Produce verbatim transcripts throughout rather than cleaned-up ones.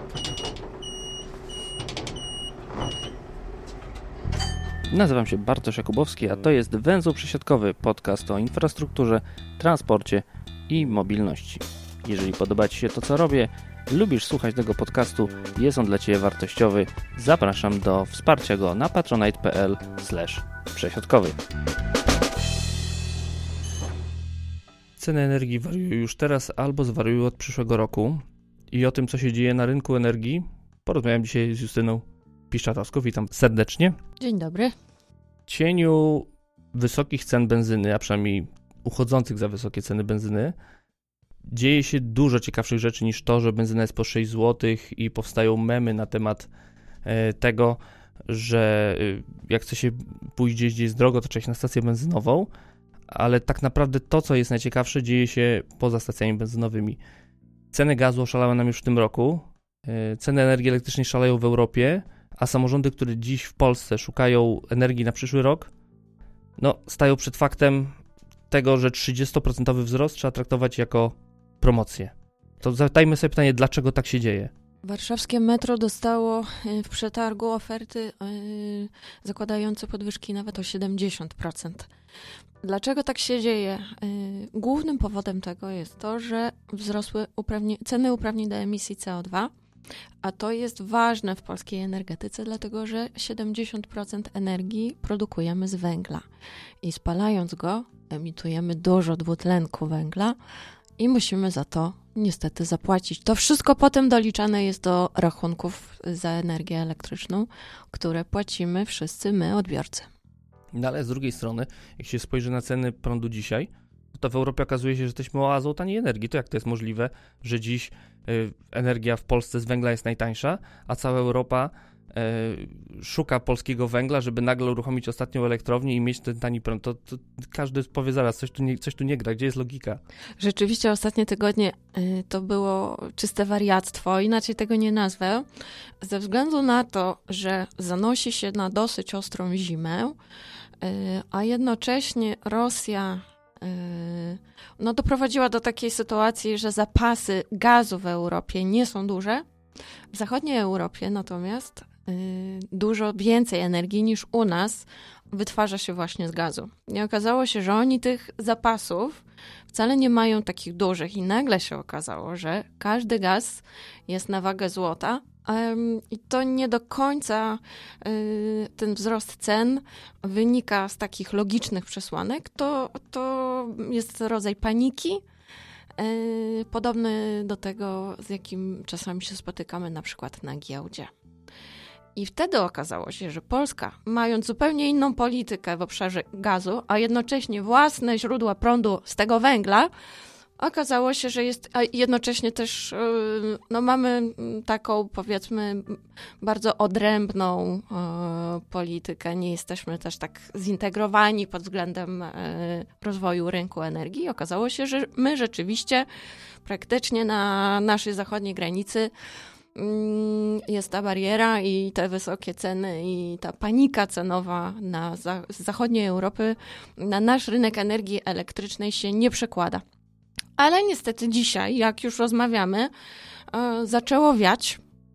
Nazywam się Bartosz Jakubowski, a to jest Węzeł Przesiadkowy, podcast o infrastrukturze, transporcie i mobilności. Jeżeli podoba Ci się to, co robię, lubisz słuchać tego podcastu, jest on dla Ciebie wartościowy, zapraszam do wsparcia go na patronite.pl slash przesiadkowy. Ceny energii wariują już teraz albo zwariują od przyszłego roku i o tym, co się dzieje na rynku energii, porozmawiam dzisiaj z Justyną Piszczatowską. Witam serdecznie. Dzień dobry. W cieniu wysokich cen benzyny, a przynajmniej uchodzących za wysokie ceny benzyny, dzieje się dużo ciekawszych rzeczy niż to, że benzyna jest po sześć złotych i powstają memy na temat e, tego, że e, jak chce się pójść gdzieś, gdzie jest drogo, to trzeba iść na stację benzynową, ale tak naprawdę to, co jest najciekawsze, dzieje się poza stacjami benzynowymi. Ceny gazu oszalały nam już w tym roku, e, ceny energii elektrycznej szaleją w Europie, a samorządy, które dziś w Polsce szukają energii na przyszły rok, no stają przed faktem tego, że trzydziestoprocentowy wzrost trzeba traktować jako promocję. To zadajmy sobie pytanie, dlaczego tak się dzieje? Warszawskie metro dostało w przetargu oferty yy, zakładające podwyżki nawet o siedemdziesiąt procent. Dlaczego tak się dzieje? Yy, głównym powodem tego jest to, że wzrosły uprawnie- ceny uprawnień do emisji C O dwa, a to jest ważne w polskiej energetyce, dlatego że siedemdziesiąt procent energii produkujemy z węgla i spalając go emitujemy dużo dwutlenku węgla i musimy za to niestety zapłacić. To wszystko potem doliczane jest do rachunków za energię elektryczną, które płacimy wszyscy my, odbiorcy. No ale z drugiej strony, jak się spojrzy na ceny prądu dzisiaj, to w Europie okazuje się, że jesteśmy oazą taniej energii. To jak to jest możliwe, że dziś y, energia w Polsce z węgla jest najtańsza, a cała Europa y, szuka polskiego węgla, żeby nagle uruchomić ostatnią elektrownię i mieć ten tani prąd. To, to każdy powie zaraz, coś tu, nie, coś tu nie gra. Gdzie jest logika? Rzeczywiście ostatnie tygodnie y, to było czyste wariactwo, inaczej tego nie nazwę, ze względu na to, że zanosi się na dosyć ostrą zimę, y, a jednocześnie Rosja no doprowadziła do takiej sytuacji, że zapasy gazu w Europie nie są duże. W zachodniej Europie natomiast yy, dużo więcej energii niż u nas wytwarza się właśnie z gazu. I okazało się, że oni tych zapasów wcale nie mają takich dużych i nagle się okazało, że każdy gaz jest na wagę złota. Um, I to nie do końca y, ten wzrost cen wynika z takich logicznych przesłanek. To, to jest rodzaj paniki, y, podobny do tego, z jakim czasami się spotykamy na przykład na giełdzie. I wtedy okazało się, że Polska, mając zupełnie inną politykę w obszarze gazu, a jednocześnie własne źródła prądu z tego węgla, okazało się, że jest, a jednocześnie też no, mamy taką, powiedzmy, bardzo odrębną e, politykę. Nie jesteśmy też tak zintegrowani pod względem e, rozwoju rynku energii. Okazało się, że my rzeczywiście praktycznie na naszej zachodniej granicy mm, jest ta bariera i te wysokie ceny i ta panika cenowa na za, z zachodniej Europy na nasz rynek energii elektrycznej się nie przekłada. Ale niestety dzisiaj, jak już rozmawiamy, zaczęło wiać,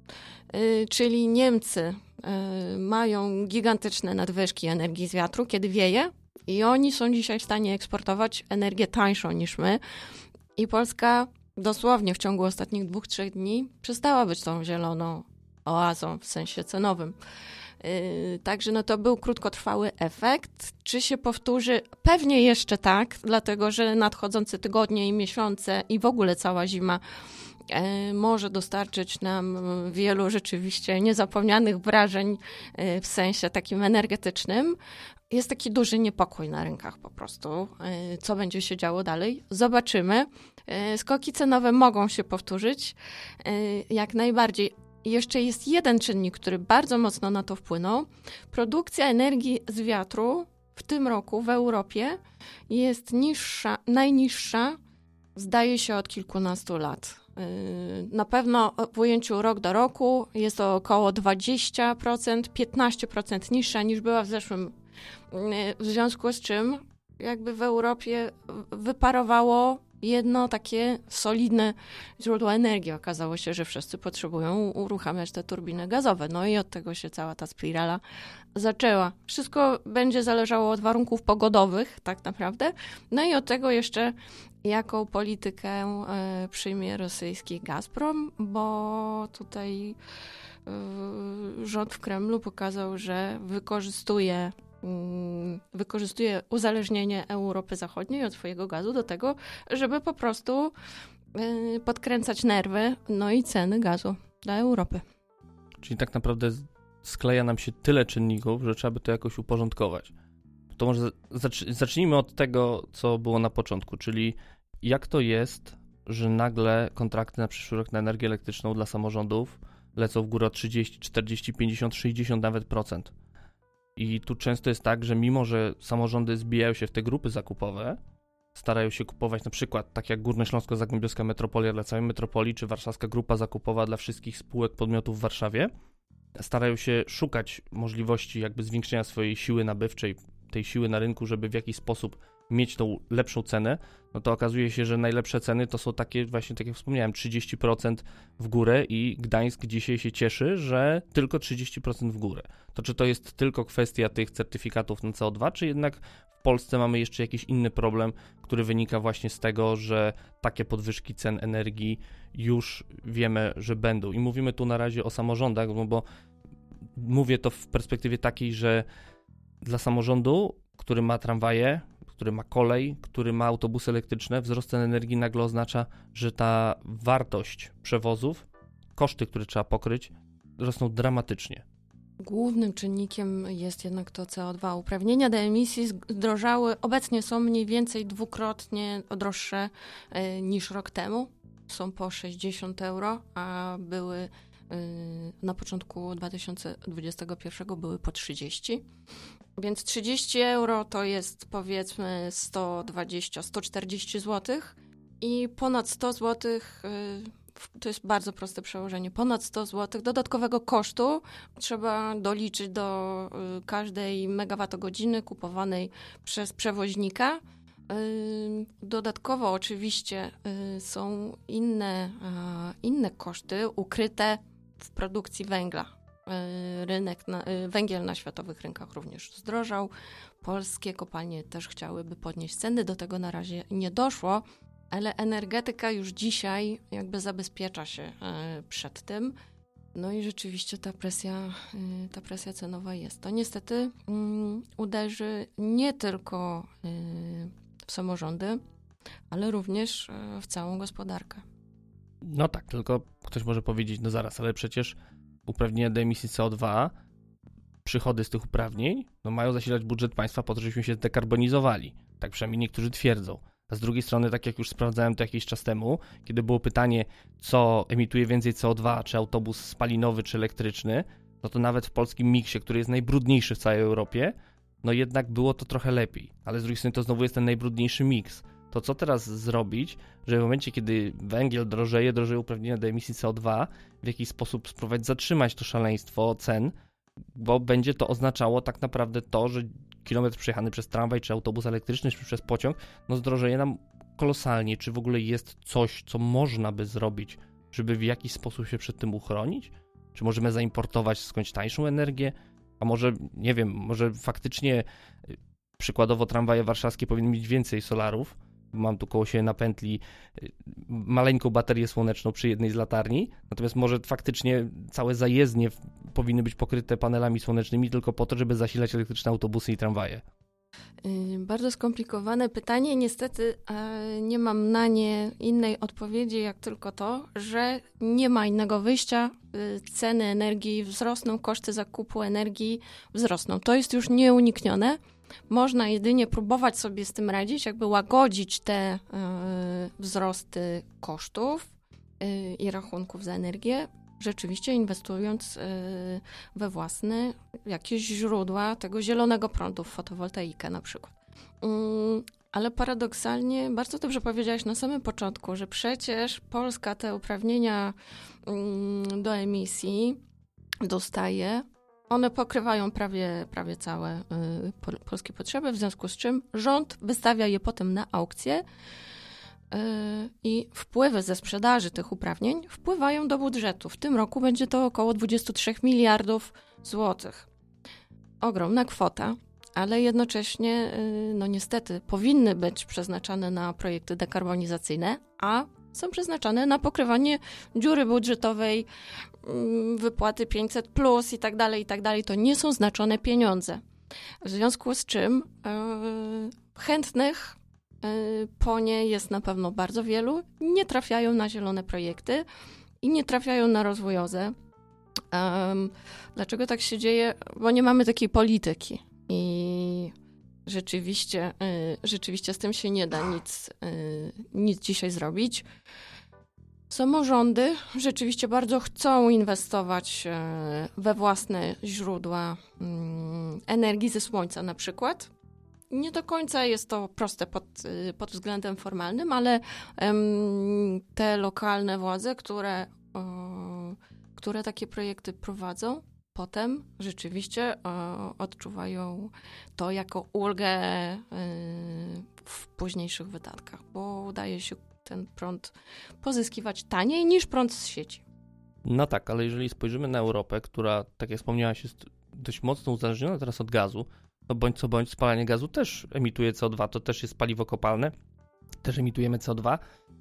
czyli Niemcy mają gigantyczne nadwyżki energii z wiatru, kiedy wieje i oni są dzisiaj w stanie eksportować energię tańszą niż my i Polska dosłownie w ciągu ostatnich dwóch, trzech dni przestała być tą zieloną oazą w sensie cenowym. Yy, także no to był krótkotrwały efekt. Czy się powtórzy? Pewnie jeszcze tak, dlatego że nadchodzące tygodnie i miesiące i w ogóle cała zima yy, może dostarczyć nam wielu rzeczywiście niezapomnianych wrażeń yy, w sensie takim energetycznym. Jest taki duży niepokój na rynkach po prostu. Yy, co będzie się działo dalej? Zobaczymy. Yy, skoki cenowe mogą się powtórzyć yy, jak najbardziej. Jeszcze jest jeden czynnik, który bardzo mocno na to wpłynął. Produkcja energii z wiatru w tym roku w Europie jest niższa, najniższa, zdaje się, od kilkunastu lat. Na pewno w ujęciu rok do roku jest to około dwadzieścia procent, piętnaście procent niższa niż była w zeszłym. W związku z czym jakby w Europie wyparowało jedno takie solidne źródło energii. Okazało się, że wszyscy potrzebują uruchamiać te turbiny gazowe. No i od tego się cała ta spirala zaczęła. Wszystko będzie zależało od warunków pogodowych, tak naprawdę. No i od tego jeszcze, jaką politykę e, przyjmie rosyjski Gazprom, bo tutaj e, rząd w Kremlu pokazał, że wykorzystuje wykorzystuje uzależnienie Europy Zachodniej od swojego gazu do tego, żeby po prostu podkręcać nerwy, no i ceny gazu dla Europy. Czyli tak naprawdę skleja nam się tyle czynników, że trzeba by to jakoś uporządkować. To może zacznijmy od tego, co było na początku, czyli jak to jest, że nagle kontrakty na przyszły rok na energię elektryczną dla samorządów lecą w górę o trzydzieści, czterdzieści, pięćdziesiąt, sześćdziesiąt nawet procent. I tu często jest tak, że mimo, że samorządy zbijają się w te grupy zakupowe, starają się kupować na przykład, tak jak Górnośląsko-Zagłębiowska Metropolia dla całej metropolii, czy Warszawska Grupa Zakupowa dla wszystkich spółek podmiotów w Warszawie, starają się szukać możliwości jakby zwiększenia swojej siły nabywczej, tej siły na rynku, żeby w jakiś sposób mieć tą lepszą cenę, no to okazuje się, że najlepsze ceny to są takie właśnie, tak jak wspomniałem, trzydzieści procent w górę i Gdańsk dzisiaj się cieszy, że tylko trzydzieści procent w górę. To czy to jest tylko kwestia tych certyfikatów na C O dwa, czy jednak w Polsce mamy jeszcze jakiś inny problem, który wynika właśnie z tego, że takie podwyżki cen energii już wiemy, że będą. I mówimy tu na razie o samorządach, no bo mówię to w perspektywie takiej, że dla samorządu, który ma tramwaje, który ma kolej, który ma autobusy elektryczne, wzrost cen energii nagle oznacza, że ta wartość przewozów, koszty, które trzeba pokryć, rosną dramatycznie. Głównym czynnikiem jest jednak to C O dwa. Uprawnienia do emisji zdrożały, obecnie są mniej więcej dwukrotnie droższe y, niż rok temu. Są po sześćdziesiąt euro, a były y, na początku dwa tysiące dwudziestego pierwszego były po trzydzieści. Więc trzydzieści euro to jest powiedzmy sto dwadzieścia do stu czterdziestu złotych i ponad sto złotych, to jest bardzo proste przełożenie, ponad sto złotych dodatkowego kosztu trzeba doliczyć do każdej megawattogodziny kupowanej przez przewoźnika. Dodatkowo oczywiście są inne, inne koszty ukryte w produkcji węgla. Rynek, na, węgiel na światowych rynkach również zdrożał. Polskie kopalnie też chciałyby podnieść ceny, do tego na razie nie doszło, ale energetyka już dzisiaj jakby zabezpiecza się przed tym. No i rzeczywiście ta presja, ta presja cenowa jest. To niestety um, uderzy nie tylko w samorządy, ale również w całą gospodarkę. No tak, tylko ktoś może powiedzieć, no zaraz, ale przecież uprawnienia do emisji C O dwa, przychody z tych uprawnień, no mają zasilać budżet państwa po to, żebyśmy się zdekarbonizowali. Tak przynajmniej niektórzy twierdzą. A z drugiej strony, tak jak już sprawdzałem to jakiś czas temu, kiedy było pytanie, co emituje więcej C O dwa, czy autobus spalinowy, czy elektryczny, no to nawet w polskim miksie, który jest najbrudniejszy w całej Europie, no jednak było to trochę lepiej. Ale z drugiej strony to znowu jest ten najbrudniejszy miks. To co teraz zrobić, że w momencie, kiedy węgiel drożeje, drożeje uprawnienia do emisji C O dwa, w jakiś sposób spróbować zatrzymać to szaleństwo cen, bo będzie to oznaczało tak naprawdę to, że kilometr przejechany przez tramwaj, czy autobus elektryczny, czy przez pociąg, no zdrożeje nam kolosalnie. Czy w ogóle jest coś, co można by zrobić, żeby w jakiś sposób się przed tym uchronić? Czy możemy zaimportować skądś tańszą energię? A może, nie wiem, może faktycznie przykładowo tramwaje warszawskie powinny mieć więcej solarów. Mam tu koło siebie na pętli maleńką baterię słoneczną przy jednej z latarni, natomiast może faktycznie całe zajezdnie powinny być pokryte panelami słonecznymi tylko po to, żeby zasilać elektryczne autobusy i tramwaje. Bardzo skomplikowane pytanie. Niestety nie mam na nie innej odpowiedzi, jak tylko to, że nie ma innego wyjścia. Ceny energii wzrosną, koszty zakupu energii wzrosną. To jest już nieuniknione. Można jedynie próbować sobie z tym radzić, jakby łagodzić te y, wzrosty kosztów y, i rachunków za energię, rzeczywiście inwestując y, we własne jakieś źródła tego zielonego prądu, w fotowoltaikę na przykład. Y, ale paradoksalnie, bardzo dobrze powiedziałaś na samym początku, że przecież Polska te uprawnienia y, do emisji dostaje. One pokrywają prawie, prawie całe y, po, polskie potrzeby, w związku z czym rząd wystawia je potem na aukcję i wpływy ze sprzedaży tych uprawnień wpływają do budżetu. W tym roku będzie to około dwadzieścia trzy miliardów złotych. Ogromna kwota, ale jednocześnie, no niestety, powinny być przeznaczane na projekty dekarbonizacyjne, a są przeznaczane na pokrywanie dziury budżetowej, wypłaty pięćset plus i tak dalej, i tak dalej. To nie są znaczone pieniądze. W związku z czym yy, chętnych yy, po nie jest na pewno bardzo wielu, nie trafiają na zielone projekty i nie trafiają na rozwój O Z E. Um, dlaczego tak się dzieje? Bo nie mamy takiej polityki i rzeczywiście, y, rzeczywiście z tym się nie da nic, y, nic dzisiaj zrobić. Samorządy rzeczywiście bardzo chcą inwestować y, we własne źródła y, energii ze słońca na przykład. Nie do końca jest to proste pod, y, pod względem formalnym, ale y, te lokalne władze, które y, które takie projekty prowadzą, potem rzeczywiście y, odczuwają to jako ulgę y, w późniejszych wydatkach, bo udaje się ten prąd pozyskiwać taniej niż prąd z sieci. No tak, ale jeżeli spojrzymy na Europę, która, tak jak wspomniałaś, jest dość mocno uzależniona teraz od gazu, no bądź co bądź spalanie gazu też emituje C O dwa, to też jest paliwo kopalne, też emitujemy C O dwa,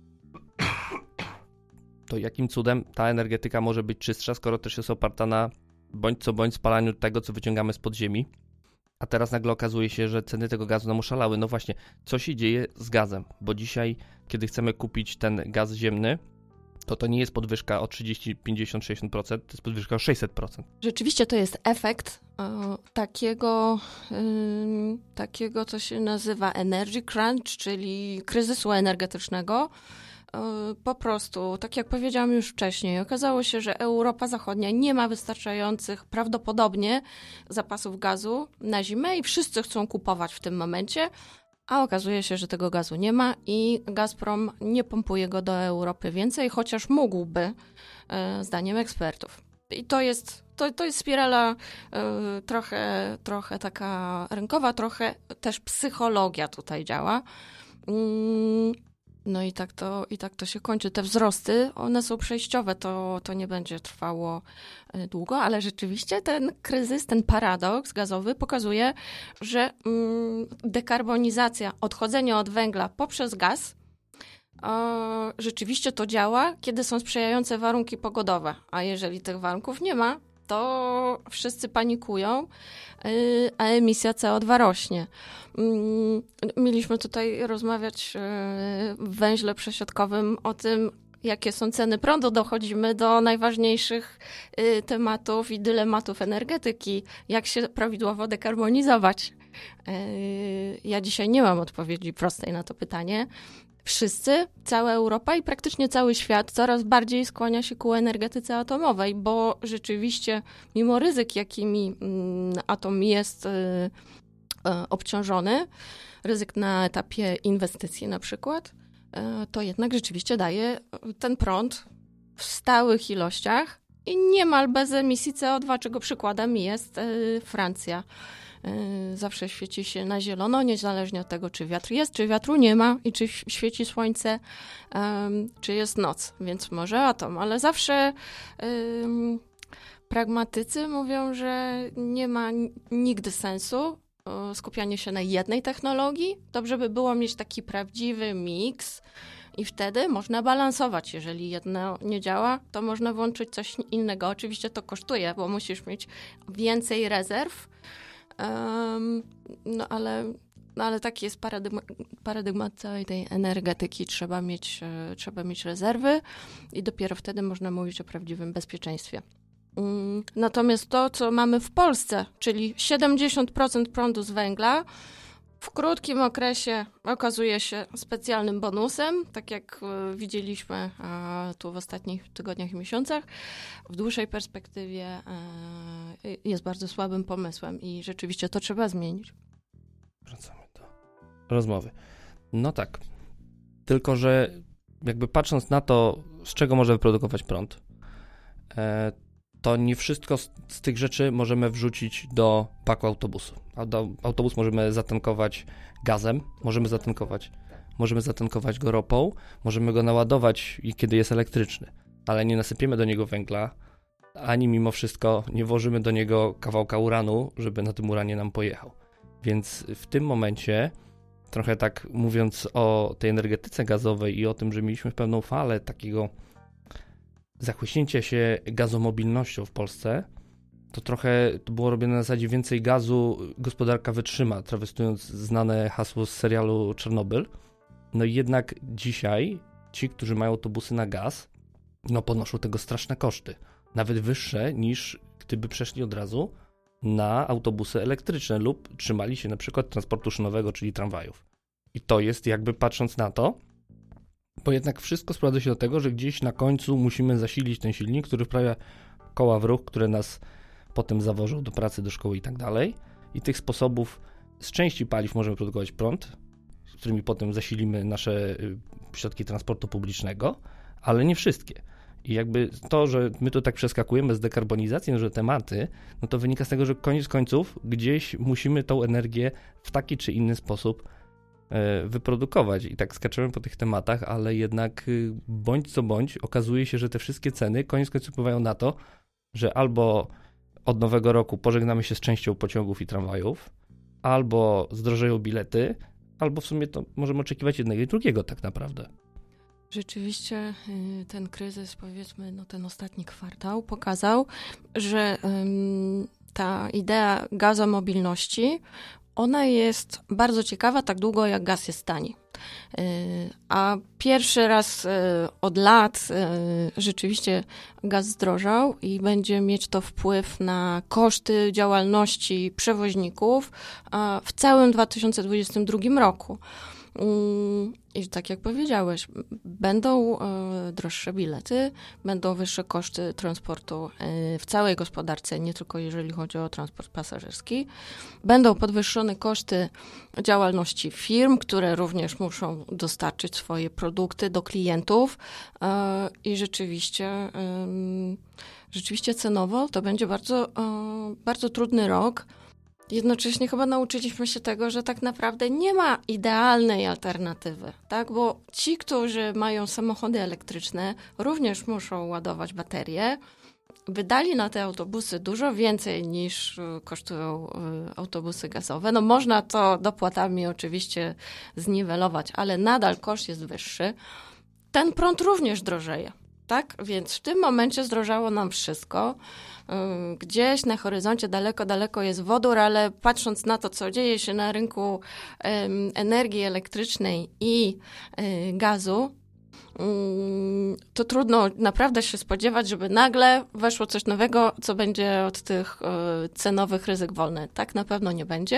to jakim cudem ta energetyka może być czystsza, skoro też jest oparta na bądź co bądź spalaniu tego, co wyciągamy z podziemi, a teraz nagle okazuje się, że ceny tego gazu nam oszalały. No właśnie, co się dzieje z gazem? Bo dzisiaj, kiedy chcemy kupić ten gaz ziemny, to to nie jest podwyżka o trzydzieści, pięćdziesiąt, sześćdziesiąt procent, to jest podwyżka o sześćset procent. Rzeczywiście to jest efekt o, takiego, ym, takiego, co się nazywa energy crunch, czyli kryzysu energetycznego. Po prostu, tak jak powiedziałam już wcześniej, okazało się, że Europa Zachodnia nie ma wystarczających prawdopodobnie zapasów gazu na zimę i wszyscy chcą kupować w tym momencie, a okazuje się, że tego gazu nie ma i Gazprom nie pompuje go do Europy więcej, chociaż mógłby, zdaniem ekspertów. I to jest, to, to jest spirala trochę, trochę taka rynkowa, trochę też psychologia tutaj działa. No i tak to, i tak to się kończy. Te wzrosty, one są przejściowe, to, to nie będzie trwało długo, ale rzeczywiście ten kryzys, ten paradoks gazowy pokazuje, że mm, dekarbonizacja, odchodzenie od węgla poprzez gaz o, rzeczywiście to działa, kiedy są sprzyjające warunki pogodowe, a jeżeli tych warunków nie ma, to wszyscy panikują, a emisja C O dwa rośnie. Mieliśmy tutaj rozmawiać w węźle przesiadkowym o tym, jakie są ceny prądu. Dochodzimy do najważniejszych tematów i dylematów energetyki. Jak się prawidłowo dekarbonizować? Ja dzisiaj nie mam odpowiedzi prostej na to pytanie. Wszyscy, cała Europa i praktycznie cały świat coraz bardziej skłania się ku energetyce atomowej, bo rzeczywiście mimo ryzyk, jakimi atom jest obciążony, ryzyk na etapie inwestycji na przykład, to jednak rzeczywiście daje ten prąd w stałych ilościach i niemal bez emisji C O dwa, czego przykładem jest Francja. Zawsze świeci się na zielono, niezależnie od tego, czy wiatr jest, czy wiatru nie ma i czy świeci słońce, um, czy jest noc, więc może atom, ale zawsze um, pragmatycy mówią, że nie ma nigdy sensu um, skupianie się na jednej technologii. Dobrze by było mieć taki prawdziwy miks i wtedy można balansować. Jeżeli jedno nie działa, to można włączyć coś innego. Oczywiście to kosztuje, bo musisz mieć więcej rezerw, Um, no ale, no ale taki jest paradygma, paradygmat całej tej energetyki. Trzeba mieć, e, trzeba mieć rezerwy i dopiero wtedy można mówić o prawdziwym bezpieczeństwie. Um, natomiast to, co mamy w Polsce, czyli siedemdziesiąt procent prądu z węgla, w krótkim okresie okazuje się specjalnym bonusem, tak jak y, widzieliśmy y, tu w ostatnich tygodniach i miesiącach. W dłuższej perspektywie y, jest bardzo słabym pomysłem i rzeczywiście to trzeba zmienić. Wracamy do rozmowy. No tak, tylko że jakby patrząc na to, z czego możemy produkować prąd, e, to nie wszystko z, z tych rzeczy możemy wrzucić do paku autobusu. Autobus możemy zatankować gazem, możemy zatankować możemy zatankować go ropą, możemy go naładować, kiedy jest elektryczny, ale nie nasypiemy do niego węgla, ani mimo wszystko nie włożymy do niego kawałka uranu, żeby na tym uranie nam pojechał. Więc w tym momencie, trochę tak mówiąc o tej energetyce gazowej i o tym, że mieliśmy pewną falę takiego zachłyśnięcia się gazomobilnością w Polsce, to trochę to było robione na zasadzie więcej gazu, gospodarka wytrzyma, trawestując znane hasło z serialu Czarnobyl. No i jednak dzisiaj ci, którzy mają autobusy na gaz, no ponoszą tego straszne koszty. Nawet wyższe niż gdyby przeszli od razu na autobusy elektryczne lub trzymali się na przykład transportu szynowego, czyli tramwajów. I to jest jakby patrząc na to, bo jednak wszystko sprowadza się do tego, że gdzieś na końcu musimy zasilić ten silnik, który wprawia koła w ruch, które nas potem zawożą do pracy, do szkoły i tak dalej. I tych sposobów z części paliw możemy produkować prąd, z którymi potem zasilimy nasze środki transportu publicznego, ale nie wszystkie. I jakby to, że my tu tak przeskakujemy z dekarbonizacji na że tematy, no to wynika z tego, że koniec końców gdzieś musimy tą energię w taki czy inny sposób e, wyprodukować. I tak skaczemy po tych tematach, ale jednak y, bądź co bądź okazuje się, że te wszystkie ceny koniec końców wpływają na to, że albo od nowego roku pożegnamy się z częścią pociągów i tramwajów, albo zdrożeją bilety, albo w sumie to możemy oczekiwać jednego i drugiego tak naprawdę. Rzeczywiście ten kryzys, powiedzmy, no ten ostatni kwartał pokazał, że um, ta idea gazomobilności, ona jest bardzo ciekawa tak długo, jak gaz jest tani. A pierwszy raz od lat rzeczywiście gaz zdrożał i będzie mieć to wpływ na koszty działalności przewoźników w całym dwa tysiące dwudziestym drugim roku. I tak jak powiedziałeś, będą droższe bilety, będą wyższe koszty transportu w całej gospodarce, nie tylko jeżeli chodzi o transport pasażerski. Będą podwyższone koszty działalności firm, które również muszą dostarczyć swoje produkty do klientów i rzeczywiście, rzeczywiście cenowo to będzie bardzo, bardzo trudny rok. Jednocześnie chyba nauczyliśmy się tego, że tak naprawdę nie ma idealnej alternatywy, tak? Bo ci, którzy mają samochody elektryczne, również muszą ładować baterie. Wydali na te autobusy dużo więcej niż kosztują autobusy gazowe. No można to dopłatami oczywiście zniwelować, ale nadal koszt jest wyższy. Ten prąd również drożeje, tak? Więc w tym momencie zdrożało nam wszystko. Gdzieś na horyzoncie daleko, daleko jest wodór, ale patrząc na to, co dzieje się na rynku um, energii elektrycznej i um, gazu, um, to trudno naprawdę się spodziewać, żeby nagle weszło coś nowego, co będzie od tych um, cenowych ryzyk wolne. Tak na pewno nie będzie.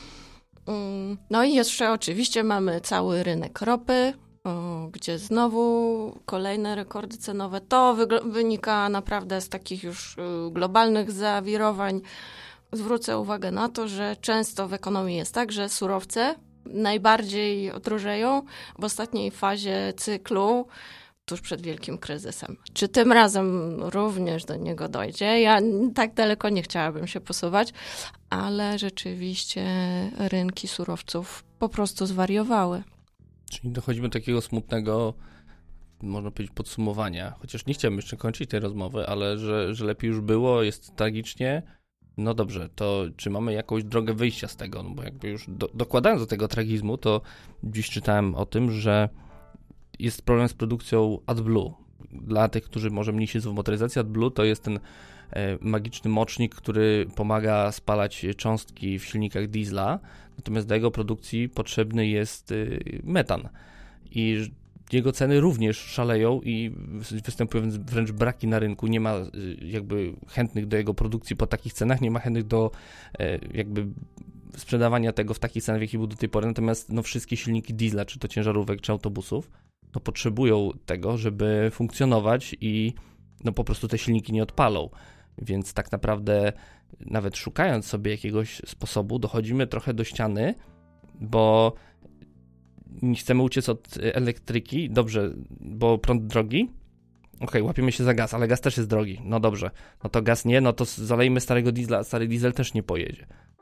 Um, no i jeszcze oczywiście mamy cały rynek ropy, gdzie znowu kolejne rekordy cenowe. To wygl- wynika naprawdę z takich już globalnych zawirowań. Zwrócę uwagę na to, że często w ekonomii jest tak, że surowce najbardziej drożeją w ostatniej fazie cyklu, tuż przed wielkim kryzysem. Czy tym razem również do niego dojdzie? Ja tak daleko nie chciałabym się posuwać, ale rzeczywiście rynki surowców po prostu zwariowały. Czyli dochodzimy do takiego smutnego, można powiedzieć, podsumowania, chociaż nie chciałem jeszcze kończyć tej rozmowy, ale że, że lepiej już było, jest tragicznie. No dobrze, to czy mamy jakąś drogę wyjścia z tego? No bo jakby już do, dokładając do tego tragizmu, to dziś czytałem o tym, że jest problem z produkcją AdBlue. Dla tych, którzy może mniej się z motoryzacji, AdBlue to jest ten e, magiczny mocznik, który pomaga spalać cząstki w silnikach diesla, natomiast do jego produkcji potrzebny jest e, metan. I jego ceny również szaleją i występują wręcz braki na rynku. Nie ma e, jakby chętnych do jego produkcji po takich cenach, nie ma chętnych do e, jakby sprzedawania tego w takich cenach, w jakich był do tej pory. Natomiast no, wszystkie silniki diesla, czy to ciężarówek, czy autobusów, no, potrzebują tego, żeby funkcjonować i no, po prostu te silniki nie odpalą. Więc tak naprawdę nawet szukając sobie jakiegoś sposobu, dochodzimy trochę do ściany, bo nie chcemy uciec od elektryki, dobrze, bo prąd drogi, okej, okay, łapiemy się za gaz, ale gaz też jest drogi, no dobrze, no to gaz nie, no to zalejmy starego diesla, stary diesel też nie pojedzie.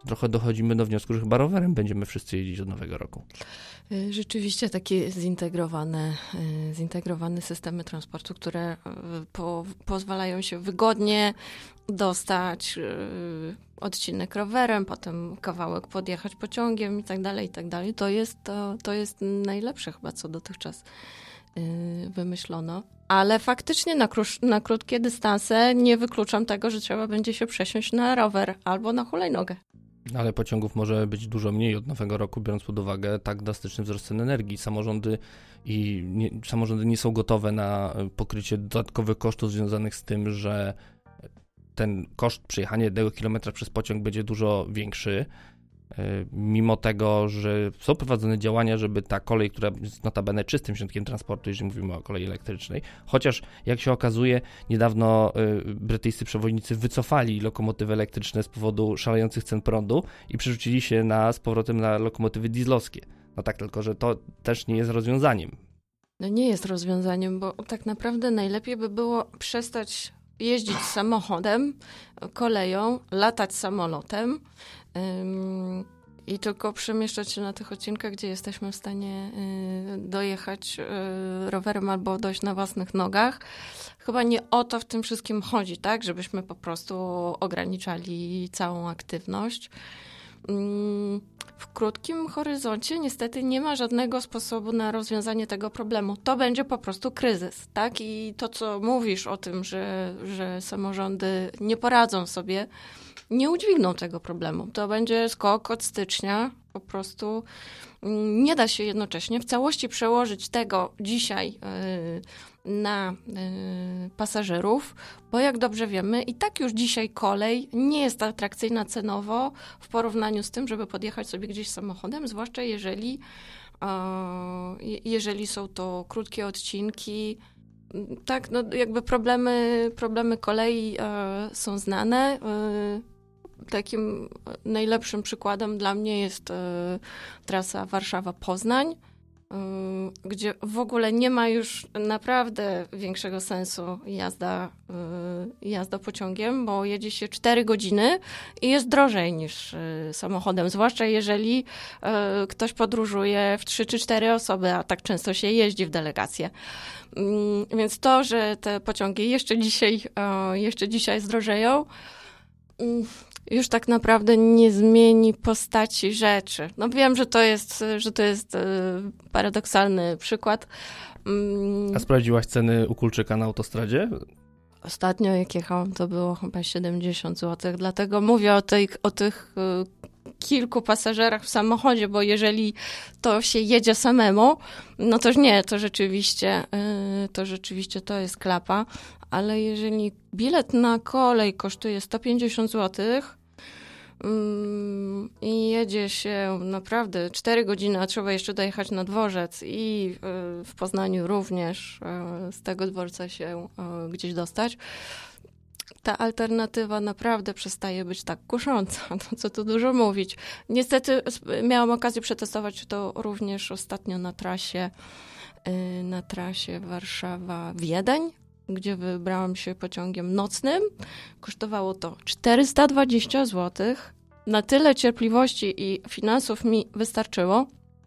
trochę dochodzimy do wniosku, że chyba rowerem będziemy wszyscy jeździć od nowego roku. Rzeczywiście takie zintegrowane, zintegrowane systemy transportu, które po, pozwalają się wygodnie dostać odcinek rowerem, potem kawałek podjechać pociągiem i tak dalej, i tak dalej. To jest, to, to jest najlepsze chyba, co dotychczas wymyślono. Ale faktycznie na, krótsz, na krótkie dystanse nie wykluczam tego, że trzeba będzie się przesiąść na rower albo na hulajnogę. Ale pociągów może być dużo mniej od nowego roku, biorąc pod uwagę tak drastyczny wzrost cen energii. Samorządy i nie, samorządy nie są gotowe na pokrycie dodatkowych kosztów związanych z tym, że ten koszt przejechania jednego kilometra przez pociąg będzie dużo większy. Mimo tego, że są prowadzone działania, żeby ta kolej, która jest notabene czystym środkiem transportu, jeżeli mówimy o kolei elektrycznej, chociaż jak się okazuje, niedawno y, brytyjscy przewoźnicy wycofali lokomotywy elektryczne z powodu szalejących cen prądu i przerzucili się na, z powrotem na lokomotywy dieslowskie. No tak, tylko że to też nie jest rozwiązaniem. No nie jest rozwiązaniem, bo tak naprawdę najlepiej by było przestać jeździć samochodem, koleją, latać samolotem, Ym, i tylko przemieszczać się na tych odcinkach, gdzie jesteśmy w stanie y, dojechać y, rowerem albo dojść na własnych nogach. Chyba nie o to w tym wszystkim chodzi, tak? Żebyśmy po prostu ograniczali całą aktywność. Ym, w krótkim horyzoncie niestety nie ma żadnego sposobu na rozwiązanie tego problemu. To będzie po prostu kryzys, tak? I to, co mówisz o tym, że, że samorządy nie poradzą sobie, nie udźwigną tego problemu. To będzie skok od stycznia. Po prostu nie da się jednocześnie w całości przełożyć tego dzisiaj na pasażerów, bo jak dobrze wiemy, i tak już dzisiaj kolej nie jest atrakcyjna cenowo w porównaniu z tym, żeby podjechać sobie gdzieś samochodem, zwłaszcza jeżeli, jeżeli są to krótkie odcinki. Tak, no jakby problemy, problemy kolei są znane. Takim najlepszym przykładem dla mnie jest y, trasa Warszawa-Poznań, y, gdzie w ogóle nie ma już naprawdę większego sensu jazda, y, jazda pociągiem, bo jedzie się cztery godziny i jest drożej niż y, samochodem, zwłaszcza jeżeli y, ktoś podróżuje w trzy czy cztery osoby, a tak często się jeździ w delegacje. Y, więc to, że te pociągi jeszcze dzisiaj, y, jeszcze dzisiaj zdrożeją, y, już tak naprawdę nie zmieni postaci rzeczy. No wiem, że to jest, że to jest paradoksalny przykład. A sprawdziłaś ceny u Kulczyka na autostradzie? Ostatnio jak jechałam, to było chyba siedemdziesiąt złotych, dlatego mówię o, tej, o tych kilku pasażerach w samochodzie, bo jeżeli to się jedzie samemu, no to nie, to rzeczywiście, to rzeczywiście to jest klapa, ale jeżeli bilet na kolej kosztuje sto pięćdziesiąt złotych um, i jedzie się naprawdę cztery godziny, a trzeba jeszcze dojechać na dworzec i y, w Poznaniu również y, z tego dworca się y, gdzieś dostać, ta alternatywa naprawdę przestaje być tak kusząca, to co tu dużo mówić. Niestety miałam okazję przetestować to również ostatnio na trasie, y, na trasie Warszawa-Wiedeń, gdzie wybrałam się pociągiem nocnym. Kosztowało to czterysta dwadzieścia złotych. Na tyle cierpliwości i finansów mi wystarczyło.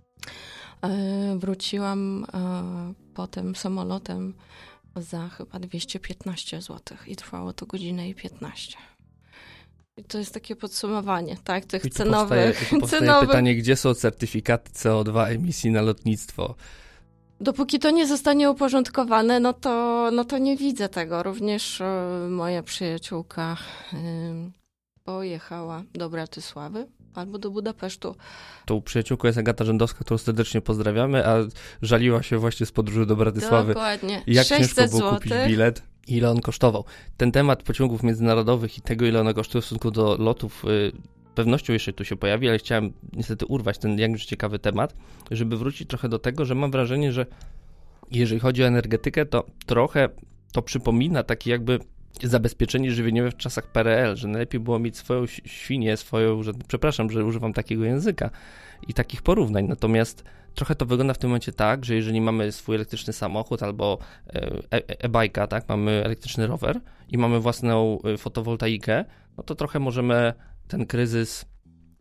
E, wróciłam e, potem samolotem za chyba dwieście piętnaście złotych i trwało to godzinę i piętnaście. I to jest takie podsumowanie, tak, tych I tu cenowych... Powstaje, powstaje cenowych... pytanie, gdzie są certyfikaty C O dwa emisji na lotnictwo? Dopóki to nie zostanie uporządkowane, no to, no to nie widzę tego. Również y, moja przyjaciółka y, pojechała do Bratysławy albo do Budapesztu. Tą przyjaciółką jest Agata Rzędowska, którą serdecznie pozdrawiamy, a żaliła się właśnie z podróży do Bratysławy. Dokładnie. Jak ciężko było złotych. kupić bilet, ile on kosztował. Ten temat pociągów międzynarodowych i tego, ile one kosztują w stosunku do lotów, y, pewnością jeszcze tu się pojawi, ale chciałem niestety urwać ten jakże ciekawy temat, żeby wrócić trochę do tego, że mam wrażenie, że jeżeli chodzi o energetykę, to trochę to przypomina takie jakby zabezpieczenie żywieniowe w czasach P R L, że najlepiej było mieć swoją świnię, swoją, że, przepraszam, że używam takiego języka i takich porównań, natomiast trochę to wygląda w tym momencie tak, że jeżeli mamy swój elektryczny samochód albo e-bike'a, tak, mamy elektryczny rower i mamy własną fotowoltaikę, no to trochę możemy ten kryzys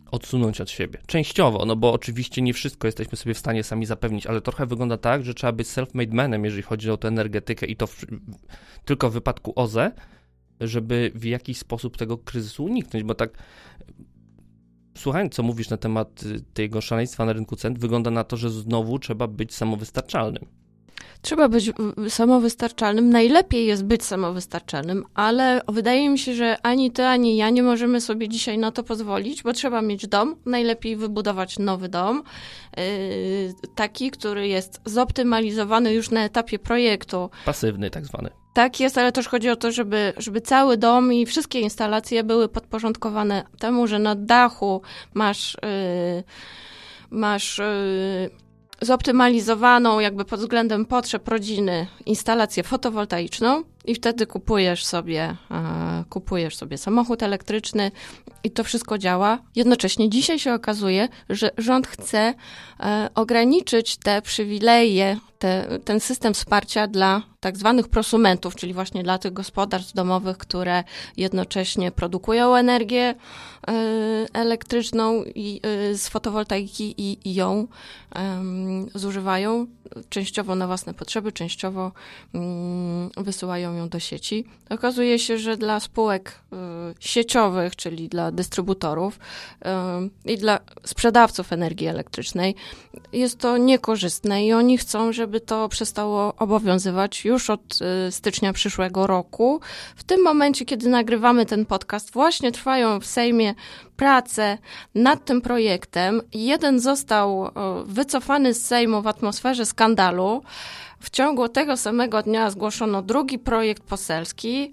odsunąć od siebie. Częściowo, no bo oczywiście nie wszystko jesteśmy sobie w stanie sami zapewnić, ale trochę wygląda tak, że trzeba być self-made manem, jeżeli chodzi o tę energetykę i to w, tylko w wypadku O Z E, żeby w jakiś sposób tego kryzysu uniknąć, bo tak słuchając, co mówisz na temat tego szaleństwa na rynku cen, wygląda na to, że znowu trzeba być samowystarczalnym. Trzeba być samowystarczalnym. Najlepiej jest być samowystarczalnym, ale wydaje mi się, że ani ty, ani ja nie możemy sobie dzisiaj na to pozwolić, bo trzeba mieć dom. Najlepiej wybudować nowy dom, yy, taki, który jest zoptymalizowany już na etapie projektu. Pasywny tak zwany. Tak jest, ale też chodzi o to, żeby, żeby cały dom i wszystkie instalacje były podporządkowane temu, że na dachu masz, yy, masz yy, zoptymalizowaną jakby pod względem potrzeb rodziny instalację fotowoltaiczną i wtedy kupujesz sobie, e, kupujesz sobie samochód elektryczny i to wszystko działa. Jednocześnie dzisiaj się okazuje, że rząd chce e, ograniczyć te przywileje, te, ten system wsparcia dla tak zwanych prosumentów, czyli właśnie dla tych gospodarstw domowych, które jednocześnie produkują energię e, elektryczną i, e, z fotowoltaiki i, i ją e, zużywają częściowo na własne potrzeby, częściowo mm, wysyłają ją do sieci. Okazuje się, że dla spółek y, sieciowych, czyli dla dystrybutorów y, i dla sprzedawców energii elektrycznej jest to niekorzystne i oni chcą, żeby to przestało obowiązywać już od y, stycznia przyszłego roku. W tym momencie, kiedy nagrywamy ten podcast, właśnie trwają w Sejmie prace nad tym projektem. Jeden został y, wycofany z Sejmu w atmosferze skandalu. W ciągu tego samego dnia zgłoszono drugi projekt poselski.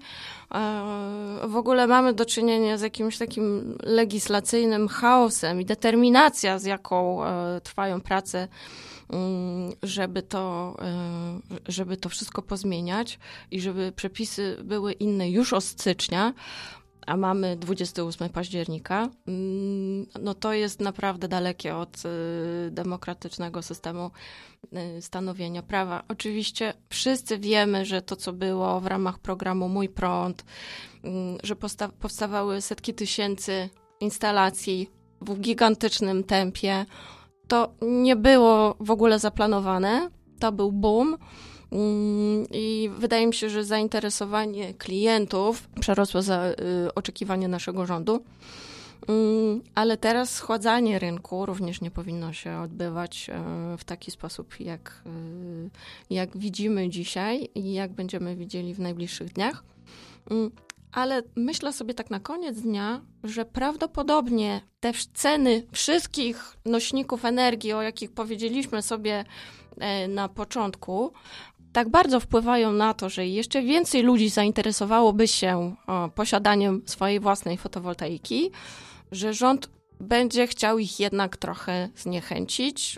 W ogóle mamy do czynienia z jakimś takim legislacyjnym chaosem i determinacja, z jaką trwają prace, żeby to, żeby to wszystko pozmieniać i żeby przepisy były inne już od stycznia, a mamy dwudziestego ósmego października, no to jest naprawdę dalekie od demokratycznego systemu stanowienia prawa. Oczywiście wszyscy wiemy, że to, co było w ramach programu Mój Prąd, że posta- powstawały setki tysięcy instalacji w gigantycznym tempie, to nie było w ogóle zaplanowane, to był boom. I wydaje mi się, że zainteresowanie klientów przerosło za y, oczekiwanie naszego rządu, y, ale teraz schładzanie rynku również nie powinno się odbywać y, w taki sposób, jak, y, jak widzimy dzisiaj i jak będziemy widzieli w najbliższych dniach. Y, ale myślę sobie tak na koniec dnia, że prawdopodobnie te ceny wszystkich nośników energii, o jakich powiedzieliśmy sobie y, na początku, tak bardzo wpływają na to, że jeszcze więcej ludzi zainteresowałoby się o, posiadaniem swojej własnej fotowoltaiki, że rząd będzie chciał ich jednak trochę zniechęcić,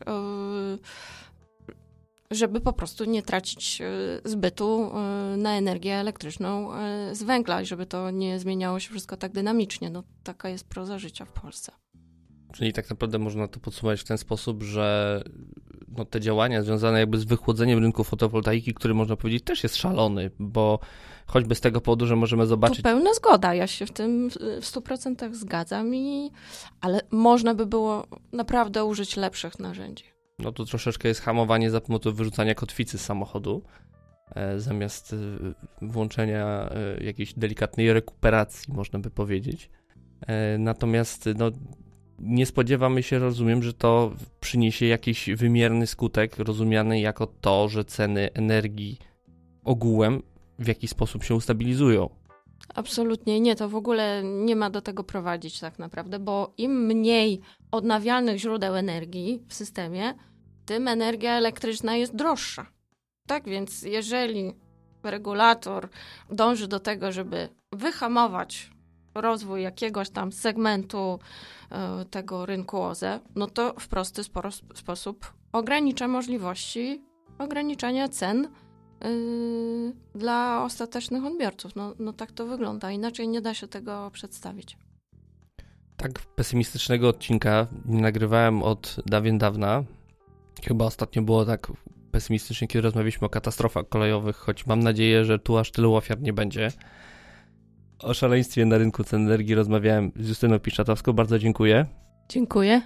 yy, żeby po prostu nie tracić yy, zbytu yy, na energię elektryczną yy, z węgla i żeby to nie zmieniało się wszystko tak dynamicznie. No, taka jest proza życia w Polsce. Czyli tak naprawdę można to podsumować w ten sposób, że no, te działania związane jakby z wychłodzeniem rynku fotowoltaiki, który można powiedzieć też jest szalony, bo choćby z tego powodu, że możemy zobaczyć... Tu pełna zgoda, ja się w tym w stu procentach zgadzam, i... ale można by było naprawdę użyć lepszych narzędzi. No to troszeczkę jest hamowanie za pomocą wyrzucania kotwicy z samochodu, e, zamiast e, włączenia e, jakiejś delikatnej rekuperacji, można by powiedzieć. E, natomiast no, nie spodziewamy się, rozumiem, że to przyniesie jakiś wymierny skutek, rozumiany jako to, że ceny energii ogółem w jakiś sposób się ustabilizują. Absolutnie nie, to w ogóle nie ma do tego prowadzić tak naprawdę, bo im mniej odnawialnych źródeł energii w systemie, tym energia elektryczna jest droższa. Tak więc jeżeli regulator dąży do tego, żeby wyhamować rozwój jakiegoś tam segmentu y, tego rynku O Z E, no to w prosty sporo, sposób ogranicza możliwości ograniczania cen y, dla ostatecznych odbiorców. No, no tak to wygląda, inaczej nie da się tego przedstawić. Tak pesymistycznego odcinka nie nagrywałem od dawien dawna. Chyba ostatnio było tak pesymistycznie, kiedy rozmawialiśmy o katastrofach kolejowych, choć mam nadzieję, że tu aż tylu ofiar nie będzie. O szaleństwie na rynku cen energii rozmawiałem z Justyną Piszczatowską. Bardzo dziękuję. Dziękuję.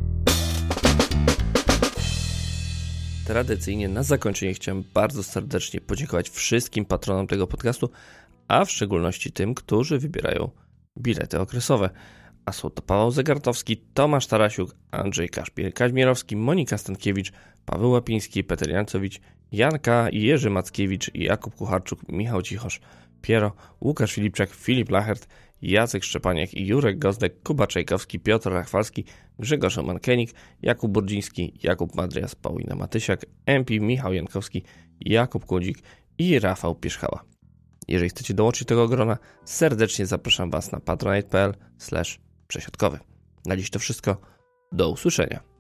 Tradycyjnie na zakończenie chciałem bardzo serdecznie podziękować wszystkim patronom tego podcastu, a w szczególności tym, którzy wybierają bilety okresowe. A są to Paweł Zegartowski, Tomasz Tarasiuk, Andrzej Kaszpir-Kaźmierowski, Monika Stankiewicz, Paweł Łapiński, Peter Jancowicz, Janka, Jerzy Mackiewicz, Jakub Kucharczuk, Michał Cichosz, Piero, Łukasz Filipczak, Filip Lachert, Jacek Szczepaniak, Jurek Gozdek, Kuba Czajkowski, Piotr Rachwalski, Grzegorz Omankenik, Jakub Burdziński, Jakub Madrias, Paulina Matysiak, M P Michał Jankowski, Jakub Kłodzik i Rafał Pierzchała. Jeżeli chcecie dołączyć do tego grona, serdecznie zapraszam Was na patronite kropka pl slash przesiadkowy. Na dziś to wszystko. Do usłyszenia.